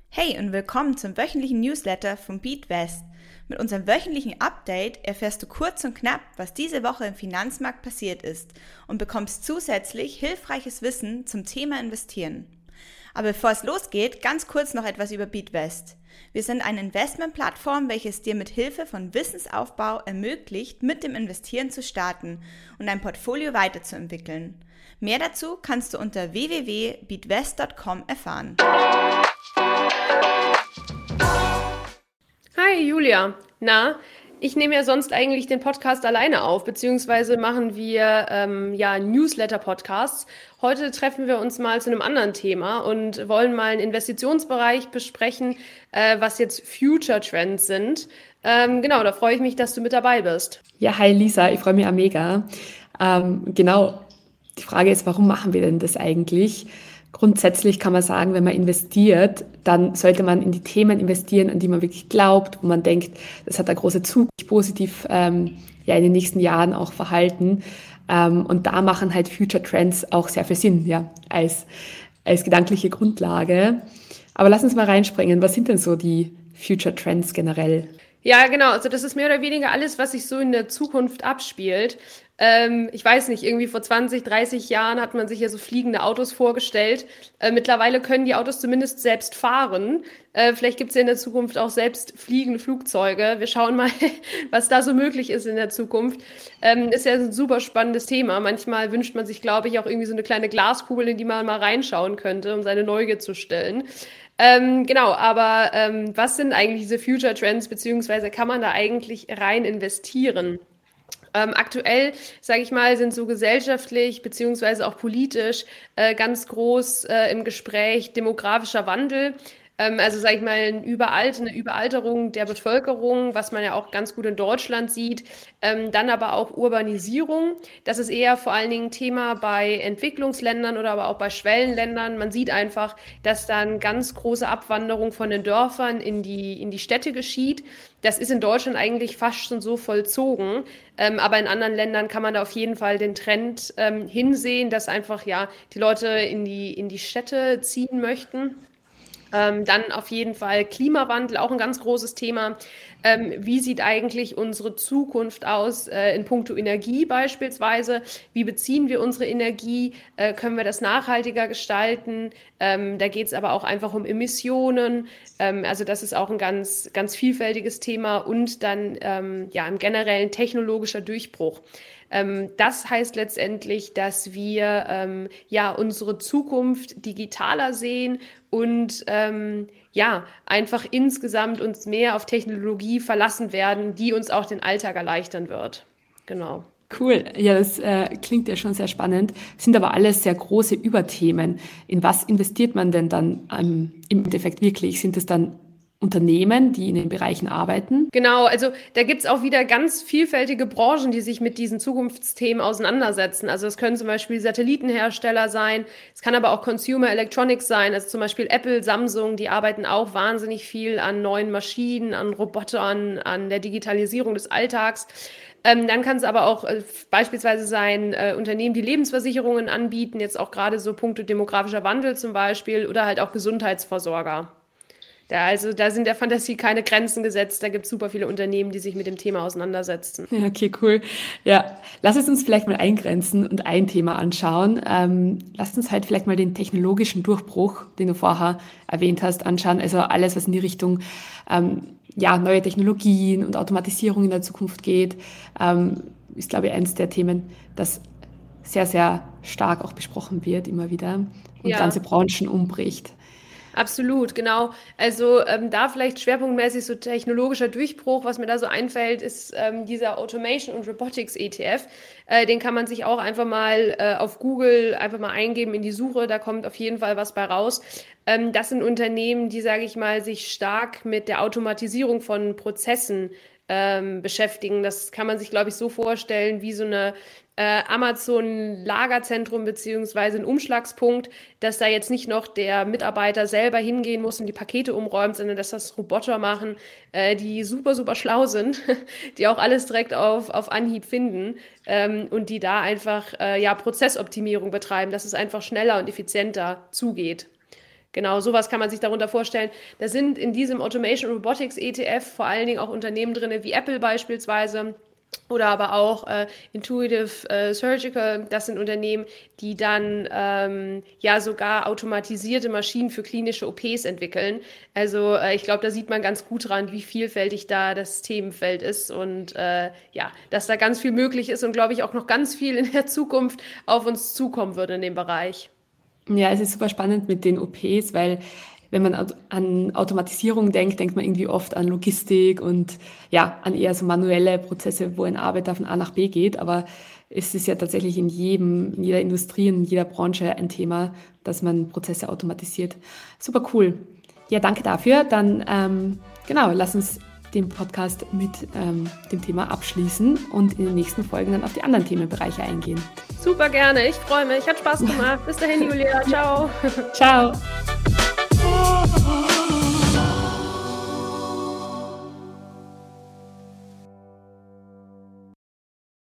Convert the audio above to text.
Hey und willkommen zum wöchentlichen Newsletter von BeatWest. Mit unserem wöchentlichen Update erfährst du kurz und knapp, was diese Woche im Finanzmarkt passiert ist und bekommst zusätzlich hilfreiches Wissen zum Thema Investieren. Aber bevor es losgeht, ganz kurz noch etwas über BeatWest. Wir sind eine Investmentplattform, welches dir mit Hilfe von Wissensaufbau ermöglicht, mit dem Investieren zu starten und dein Portfolio weiterzuentwickeln. Mehr dazu kannst du unter www.beatwest.com erfahren. Hi Julia, ich nehme ja sonst eigentlich den Podcast alleine auf, beziehungsweise machen wir Newsletter-Podcasts. Heute treffen wir uns mal zu einem anderen Thema und wollen mal einen Investitionsbereich besprechen, was jetzt Future Trends sind. Da freue ich mich, dass du mit dabei bist. Ja, hi Lisa, ich freue mich auch mega. Genau, die Frage ist, warum machen wir denn das eigentlich? Grundsätzlich kann man sagen, wenn man investiert, dann sollte man in die Themen investieren, an die man wirklich glaubt, wo man denkt, das hat eine große Zukunft, positiv in den nächsten Jahren auch verhalten. Und da machen halt Future Trends auch sehr viel Sinn, ja, als gedankliche Grundlage. Aber lass uns mal reinspringen. Was sind denn so die Future Trends generell? Ja, genau. Also das ist mehr oder weniger alles, was sich so in der Zukunft abspielt. Ich weiß nicht, irgendwie vor 20, 30 Jahren hat man sich ja so fliegende Autos vorgestellt. Mittlerweile können die Autos zumindest selbst fahren. Vielleicht gibt es ja in der Zukunft auch selbst fliegende Flugzeuge. Wir schauen mal, was da so möglich ist in der Zukunft. Ist ja ein super spannendes Thema. Manchmal wünscht man sich, glaube ich, auch irgendwie so eine kleine Glaskugel, in die man mal reinschauen könnte, um seine Neugier zu stillen. Was sind eigentlich diese Future Trends, beziehungsweise kann man da eigentlich rein investieren? Aktuell, sage ich mal, sind so gesellschaftlich beziehungsweise auch politisch ganz groß im Gespräch demografischer Wandel. Also sage ich mal, eine Überalterung der Bevölkerung, was man ja auch ganz gut in Deutschland sieht. Dann aber auch Urbanisierung. Das ist eher vor allen Dingen Thema bei Entwicklungsländern oder aber auch bei Schwellenländern. Man sieht einfach, dass dann ganz große Abwanderung von den Dörfern in die Städte geschieht. Das ist in Deutschland eigentlich fast schon so vollzogen. Aber in anderen Ländern kann man da auf jeden Fall den Trend hinsehen, dass einfach die Leute in die Städte ziehen möchten. Dann auf jeden Fall Klimawandel, auch ein ganz großes Thema. Wie sieht eigentlich unsere Zukunft aus in puncto Energie beispielsweise? Wie beziehen wir unsere Energie? Können wir das nachhaltiger gestalten? Da geht es aber auch einfach um Emissionen. Also das ist auch ein ganz, ganz vielfältiges Thema und dann im generellen technologischer Durchbruch. Das heißt letztendlich, dass wir unsere Zukunft digitaler sehen und einfach insgesamt uns mehr auf Technologie verlassen werden, die uns auch den Alltag erleichtern wird. Genau. Cool, ja, das klingt ja schon sehr spannend, sind aber alles sehr große Überthemen. In was investiert man denn dann im Endeffekt wirklich? Sind es dann Unternehmen, die in den Bereichen arbeiten? Genau, also da gibt's auch wieder ganz vielfältige Branchen, die sich mit diesen Zukunftsthemen auseinandersetzen. Also es können zum Beispiel Satellitenhersteller sein, es kann aber auch Consumer Electronics sein, also zum Beispiel Apple, Samsung, die arbeiten auch wahnsinnig viel an neuen Maschinen, an Robotern, an der Digitalisierung des Alltags. Dann kann es aber auch beispielsweise sein, Unternehmen, die Lebensversicherungen anbieten, jetzt auch gerade so puncto demografischer Wandel zum Beispiel oder halt auch Gesundheitsversorger. Also da sind der Fantasie keine Grenzen gesetzt. Da gibt es super viele Unternehmen, die sich mit dem Thema auseinandersetzen. Ja, okay, cool. Ja, lass es uns vielleicht mal eingrenzen und ein Thema anschauen. Lass uns halt vielleicht mal den technologischen Durchbruch, den du vorher erwähnt hast, anschauen. Also alles, was in die Richtung neue Technologien und Automatisierung in der Zukunft geht, ist, glaube ich, eines der Themen, das sehr, sehr stark auch besprochen wird immer wieder und ganze Branchen umbricht. Absolut, genau. Also da vielleicht schwerpunktmäßig so technologischer Durchbruch, was mir da so einfällt, ist dieser Automation und Robotics ETF. Den kann man sich auch einfach mal auf Google einfach mal eingeben in die Suche, da kommt auf jeden Fall was bei raus. Das sind Unternehmen, die, sage ich mal, sich stark mit der Automatisierung von Prozessen beschäftigen. Das kann man sich, glaube ich, so vorstellen wie so eine Amazon-Lagerzentrum beziehungsweise ein Umschlagspunkt, dass da jetzt nicht noch der Mitarbeiter selber hingehen muss und die Pakete umräumt, sondern dass das Roboter machen, die super, super schlau sind, die auch alles direkt auf Anhieb finden und die da einfach Prozessoptimierung betreiben, dass es einfach schneller und effizienter zugeht. Genau, sowas kann man sich darunter vorstellen. Da sind in diesem Automation Robotics ETF vor allen Dingen auch Unternehmen drin, wie Apple beispielsweise oder aber auch Intuitive Surgical. Das sind Unternehmen, die dann sogar automatisierte Maschinen für klinische OPs entwickeln. Also ich glaube, da sieht man ganz gut dran, wie vielfältig da das Themenfeld ist und dass da ganz viel möglich ist und glaube ich auch noch ganz viel in der Zukunft auf uns zukommen wird in dem Bereich. Ja, es ist super spannend mit den OPs, weil wenn man an Automatisierung denkt, denkt man irgendwie oft an Logistik und ja, an eher so manuelle Prozesse, wo ein Arbeiter von A nach B geht. Aber es ist ja tatsächlich in jeder Industrie, in jeder Branche ein Thema, dass man Prozesse automatisiert. Super cool. Ja, danke dafür. Dann, lass uns den Podcast mit dem Thema abschließen und in den nächsten Folgen dann auf die anderen Themenbereiche eingehen. Super gerne. Ich freue mich. Hat Spaß gemacht. Bis dahin, Julia. Ciao. Ciao.